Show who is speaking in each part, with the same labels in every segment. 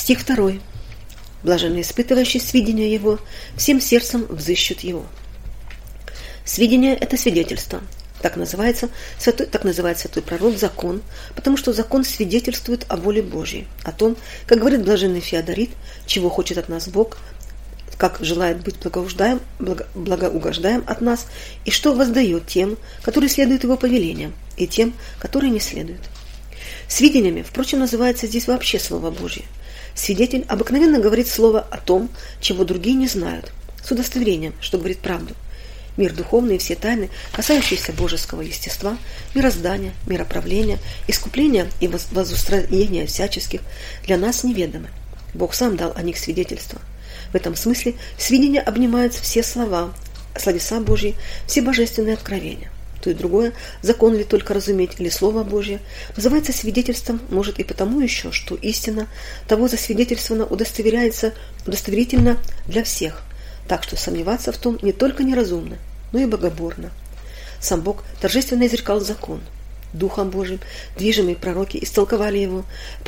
Speaker 1: Стих 2. Блаженные испытывающие свидетения его, всем сердцем взыщут его. Свидетение – это свидетельство. Так называет святой пророк закон, потому что закон свидетельствует о воле Божьей, о том, как говорит блаженный Феодорит, чего хочет от нас Бог, как желает быть благоугождаем от нас, и что воздает тем, которые следуют его повелениям, и тем, которые не следуют. Свидетелями, впрочем, называется здесь вообще Слово Божье. Свидетель обыкновенно говорит слово о том, чего другие не знают, с удостоверением, что говорит правду. Мир духовный и все тайны, касающиеся божеского естества, мироздания, мироправления, искупления и возустроения всяческих, для нас неведомы. Бог сам дал о них свидетельство. В этом смысле свидетения обнимают все слова, словеса Божьи, все божественные откровения. То и другое, закон ли только разуметь, или Слово Божье, называется свидетельством, может и потому еще, что истина того засвидетельствована удостоверительно для всех, так что сомневаться в том не только неразумно, но и богоборно. Сам Бог торжественно изрекал закон. Духом Божьим движимые пророки истолковали его,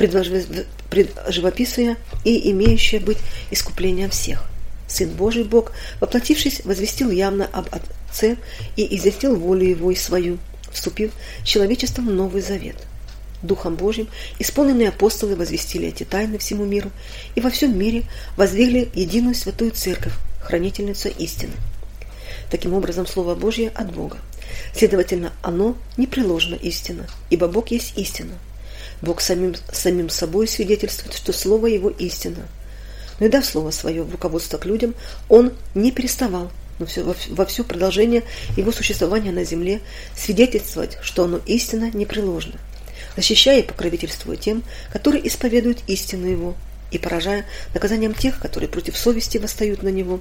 Speaker 1: предживописуя и имеющее быть искуплением всех. Сын Божий Бог, воплотившись, возвестил явно об Отце и известил волю Его и свою, вступив с человечеством в Новый Завет. Духом Божьим исполненные апостолы возвестили эти тайны всему миру и во всем мире воздвигли единую святую церковь, хранительницу истины. Таким образом, Слово Божье от Бога. Следовательно, оно непреложно истина, ибо Бог есть истина. Бог самим собой свидетельствует, что Слово Его истина. Но и дав Слово Свое в руководство к людям, Он не переставал, но во все продолжение Его существования на земле свидетельствовать, что оно истинно непреложно, защищая и покровительствуя тем, которые исповедуют истину Его, и поражая наказанием тех, которые против совести восстают на Него.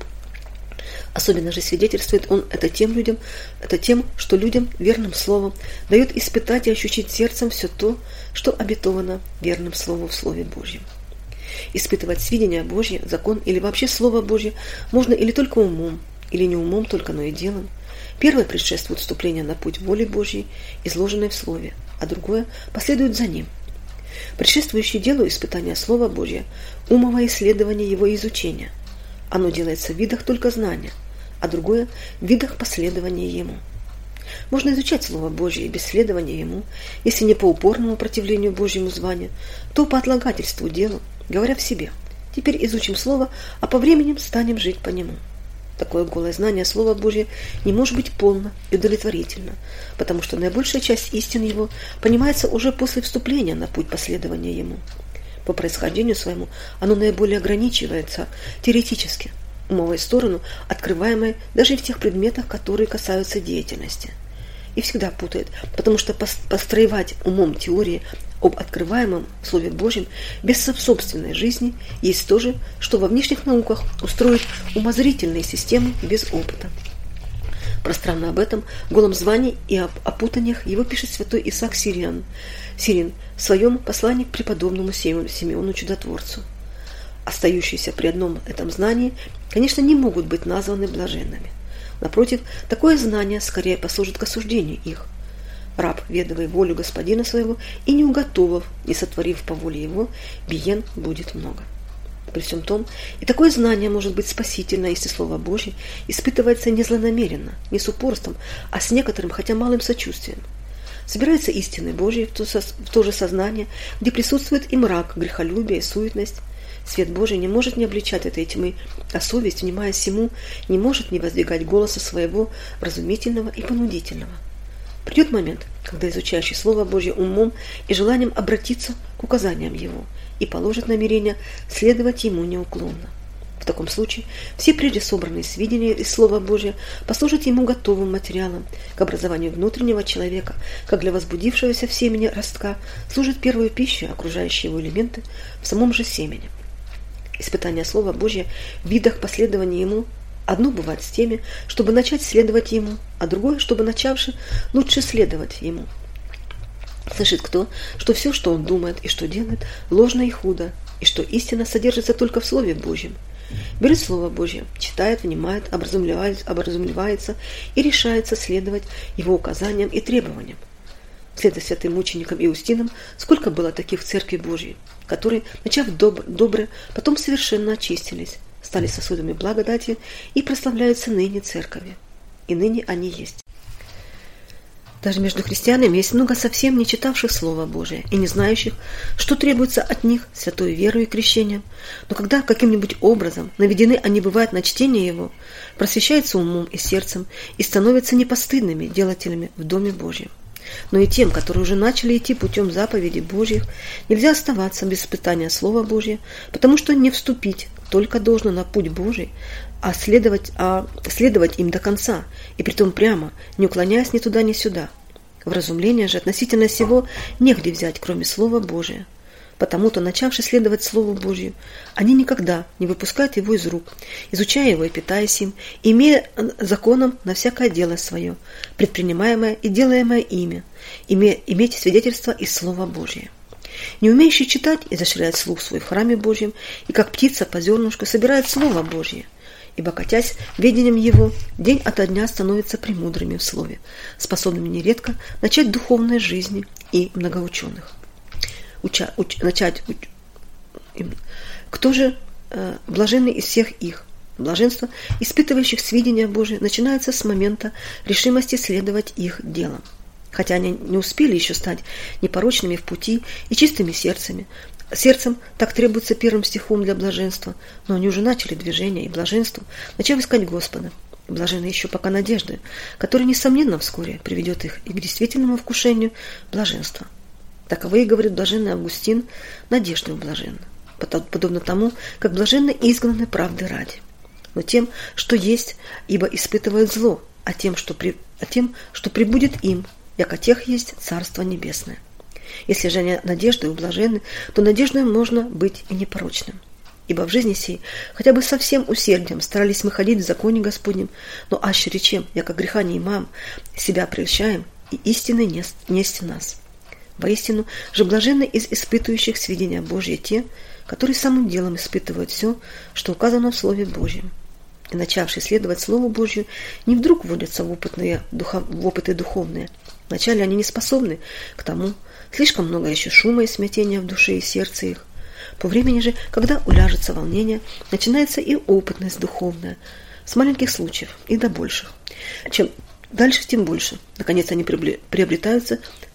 Speaker 1: Особенно же свидетельствует Он это тем, что людям верным словом дает испытать и ощутить сердцем все то, что обетовано верным словом в Слове Божьем. Испытывать свидетения Божьи, закон или вообще Слово Божье можно или только умом, или не умом только, но и делом. Первое предшествует вступлению на путь воли Божьей, изложенной в Слове, а другое последует за ним. Предшествующее делу испытания Слова Божьего – умовое исследование его и изучения. Оно делается в видах только знания, а другое – в видах последования ему. Можно изучать Слово Божье без следования ему, если не по упорному противлению Божьему званию, то по отлагательству делу, говоря в себе: теперь изучим Слово, а по времени станем жить по нему. Такое голое знание Слова Божьего не может быть полно и удовлетворительно, потому что наибольшая часть истин его понимается уже после вступления на путь последования ему. По происхождению своему оно наиболее ограничивается теоретически, умовой сторону, открываемой даже в тех предметах, которые касаются деятельности. И всегда путает, потому что построевать умом теории об открываемом в Слове Божьем без собственной жизни есть то же, что во внешних науках устроить умозрительные системы без опыта. Пространно об этом, голом звании и об опутаниях его пишет святой Исаак Сирин в своем послании к преподобному Симеону Чудотворцу. Остающиеся при одном этом знании, конечно, не могут быть названы блаженными. Напротив, такое знание скорее послужит к осуждению их. Раб, ведавая волю господина своего и не уготовав, не сотворив по воле его, биен будет много. При всем том, и такое знание может быть спасительно, если Слово Божье испытывается не злонамеренно, не с упорством, а с некоторым, хотя малым сочувствием. Собирается истины Божьей в то же сознание, где присутствует и мрак, грехолюбие, и суетность. Свет Божий не может не обличать этой тьмы, а совесть, внимая сему, не может не воздвигать голоса своего вразумительного и понудительного. Придет момент, когда изучающий Слово Божье умом и желанием обратиться к указаниям его и положит намерение следовать ему неуклонно. В таком случае все прежде собранные сведения из Слова Божия послужат ему готовым материалом к образованию внутреннего человека, как для возбудившегося в семени ростка служит первой пищей окружающие его элементы в самом же семени. Испытание Слова Божия в видах последования ему одно бывает с теми, чтобы начать следовать ему, а другое, чтобы начавши лучше следовать ему. Слышит кто, что все, что он думает и что делает, ложно и худо, и что истина содержится только в Слове Божьем. Берет Слово Божье, читает, внимает, образумливается и решается следовать его указаниям и требованиям. вслед за святым мучеником Иустином, сколько было таких в Церкви Божьей, которые, начав доброе, потом совершенно очистились, стали сосудами благодати и прославляются ныне Церковью. И ныне они есть. Даже между христианами есть много совсем не читавших Слово Божие и не знающих, что требуется от них святой верой и крещением. Но когда каким-нибудь образом наведены они бывают на чтение его, просвещаются умом и сердцем и становятся непостыдными делателями в Доме Божьем. Но и тем, которые уже начали идти путем заповедей Божьих, нельзя оставаться без испытания Слова Божия, потому что не вступить только должно на путь Божий, а следовать им до конца, и притом прямо, не уклоняясь ни туда, ни сюда. Вразумление же относительно сего негде взять, кроме Слова Божия. Потому-то, начавши следовать Слову Божию, они никогда не выпускают его из рук, изучая его и питаясь им, имея законом на всякое дело свое, предпринимаемое и делаемое ими, иметь свидетельство из Слова Божия. Не умеющий читать изощряет слух свой в храме Божьем, и как птица по зернышку собирает Слово Божье, ибо, катясь ведением его, день ото дня становится премудрыми в слове, способными нередко начать духовной жизни и многоученых. Кто же блаженный из всех их? Блаженство, испытывающих сведения Божие, начинается с момента решимости следовать их делам. Хотя они не успели еще стать непорочными в пути и чистыми сердцем, так требуется первым стихом для блаженства, но они уже начали движение и блаженство, начав искать Господа. Блажены еще пока надежды, которая, несомненно, вскоре приведет их и к действительному вкушению блаженства. Таковые, говорит блаженный Августин, надежды блаженны, подобно тому, как блаженны изгнаны правды ради. Но тем, что есть, ибо испытывают зло, а тем, что прибудет им, яко тех есть Царство Небесное. Если же они надеждою блаженны, то надеждою можно быть и непорочным. Ибо в жизни сей, хотя бы со всем усердием старались мы ходить в законе Господнем, но аще речем, яко греха не имам, себя прельщаем, и истины несть нас. Воистину же блаженны из испытывающих сведения Божьи те, которые самым делом испытывают все, что указано в Слове Божьем. И начавшие следовать Слову Божью, не вдруг вводятся в опыты духовные. Вначале они не способны к тому, слишком много еще шума и смятения в душе и сердце их. По времени же, когда уляжется волнение, начинается и опытность духовная, с маленьких случаев и до больших. Чем дальше, тем больше. Наконец они приобретаются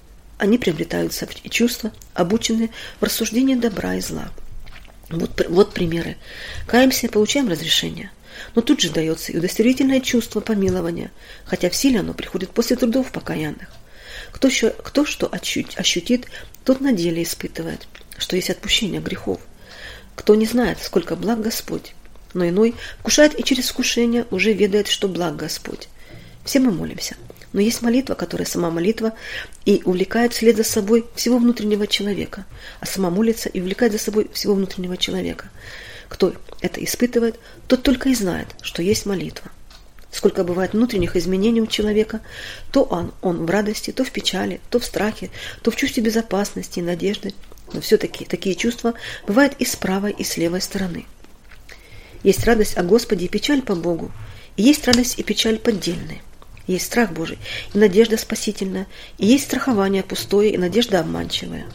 Speaker 1: и чувства, обученные в рассуждении добра и зла. Вот примеры. Каемся, получаем разрешение. Но тут же дается и удостоверительное чувство помилования, хотя в силе оно приходит после трудов покаянных. Кто что ощутит, тот на деле испытывает, что есть отпущение грехов. Кто не знает, сколько благ Господь, но иной вкушает и через вкушение уже ведает, что благ Господь. Все мы молимся, но есть молитва, которая сама молитва и увлекает вслед за собой всего внутреннего человека, а сама молится и увлекает за собой всего внутреннего человека. Кто это испытывает, тот только и знает, что есть молитва. Сколько бывает внутренних изменений у человека, то он в радости, то в печали, то в страхе, то в чувстве безопасности и надежды. Но все-таки такие чувства бывают и с правой, и с левой стороны. Есть радость о Господе и печаль по Богу, и есть радость и печаль поддельные. Есть страх Божий и надежда спасительная, и есть страхование пустое и надежда обманчивая.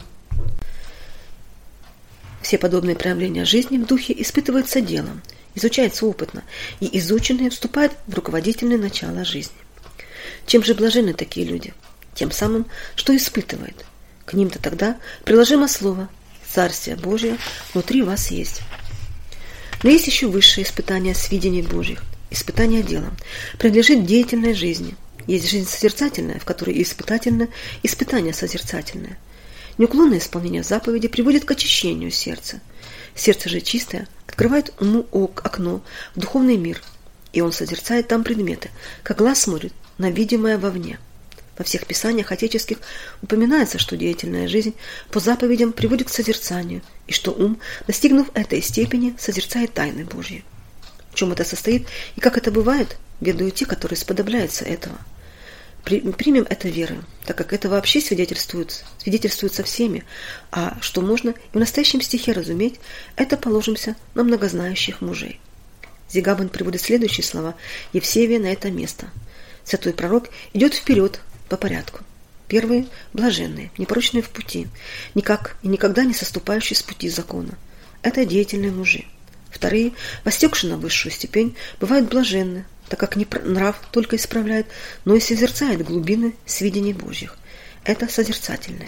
Speaker 1: Все подобные проявления жизни в духе испытываются делом, изучаются опытно, и изученные вступают в руководительное начало жизни. Чем же блаженны такие люди? Тем самым, что испытывают. К ним-то тогда приложимо слово «Царствие Божие внутри вас есть». Но есть еще высшее испытание с видений Божьих, испытание делом, принадлежит деятельной жизни. Есть жизнь созерцательная, в которой и испытание созерцательное. Неуклонное исполнение заповеди приводит к очищению сердца. Сердце же чистое открывает уму окно в духовный мир, и он созерцает там предметы, как глаз смотрит на видимое вовне. Во всех писаниях отеческих упоминается, что деятельная жизнь по заповедям приводит к созерцанию, и что ум, достигнув этой степени, созерцает тайны Божьи. В чем это состоит и как это бывает, ведают те, которые сподобляются этого. Примем это верою, так как это вообще свидетельствуется всеми, а что можно и в настоящем стихе разуметь, это положимся на многознающих мужей. Зигабен приводит следующие слова Евсевия на это место. Святой пророк идет вперед по порядку. Первые – блаженные, непорочные в пути, никак и никогда не соступающие с пути закона. Это деятельные мужи. Вторые, воссекшие на высшую степень, бывают блаженны, так как не нрав только исправляет, но и созерцает глубины сведений Божьих. Это созерцательное.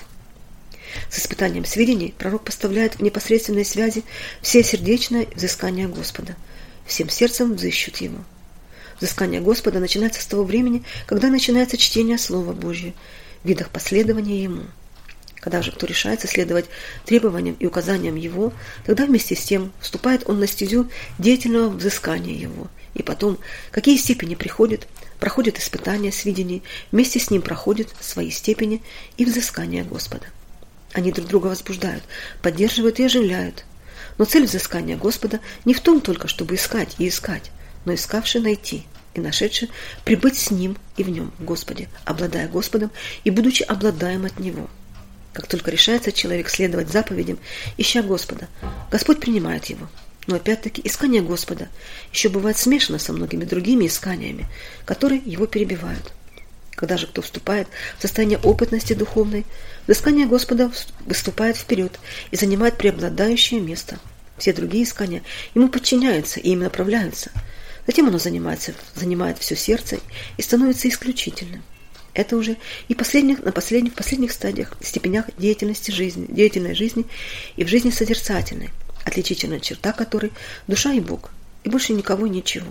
Speaker 1: С испытанием сведений пророк поставляет в непосредственной связи все сердечное взыскание Господа. Всем сердцем взыщут его. Взыскание Господа начинается с того времени, когда начинается чтение Слова Божьего в видах последования Ему. Когда же кто решается следовать требованиям и указаниям Его, тогда вместе с тем вступает он на стезю деятельного взыскания Его. И потом, какие степени проходит испытания сведений, вместе с ним проходят свои степени и взыскания Господа. Они друг друга возбуждают, поддерживают и оживляют. Но цель взыскания Господа не в том только, чтобы искать и искать, но искавший найти, и нашедший прибыть с Ним и в Нем, в Господе, обладая Господом и будучи обладаем от Него. Как только решается человек следовать заповедям, ища Господа, Господь принимает его. Но опять-таки искание Господа еще бывает смешано со многими другими исканиями, которые его перебивают. Когда же кто вступает в состояние опытности духовной, взыскание Господа выступает вперед и занимает преобладающее место. Все другие искания ему подчиняются и им направляются. Затем оно занимает все сердце и становится исключительным. Это уже и в последних степенях деятельной жизни и в жизни созерцательной, отличительная черта которой – душа и Бог, и больше никого и ничего.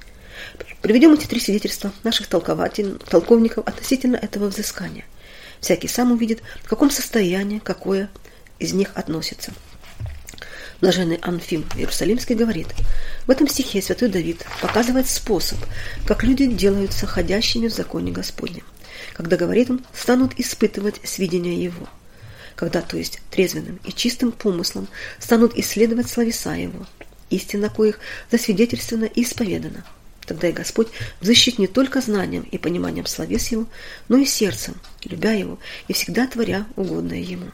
Speaker 1: Приведем эти три свидетельства наших толковников относительно этого взыскания. Всякий сам увидит, в каком состоянии какое из них относится. Блаженный Анфим Иерусалимский говорит: в этом стихе святой Давид показывает способ, как люди делаются ходящими в законе Господнем. Когда, говорит он, станут испытывать сведения Его. Когда, то есть трезвенным и чистым помыслом, станут исследовать словеса Его, истина коих засвидетельствована и исповедана. Тогда и Господь взыщет не только знанием и пониманием словес Его, но и сердцем, любя Его и всегда творя угодное Ему.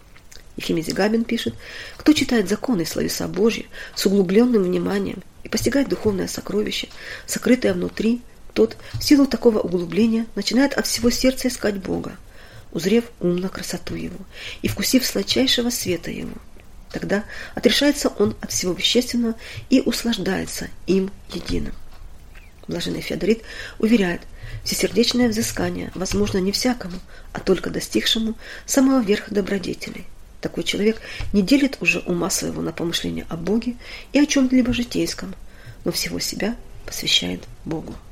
Speaker 1: Ефимий Зигабин пишет: кто читает законы и словеса Божьи с углубленным вниманием и постигает духовное сокровище, сокрытое внутри, тот в силу такого углубления начинает от всего сердца искать Бога, узрев умно красоту Его и вкусив сладчайшего света Его. Тогда отрешается он от всего вещественного и услаждается им единым. Блаженный Феодорит уверяет: всесердечное взыскание возможно не всякому, а только достигшему самого верха добродетелей. Такой человек не делит уже ума своего на помышления о Боге и о чем-либо житейском, но всего себя посвящает Богу.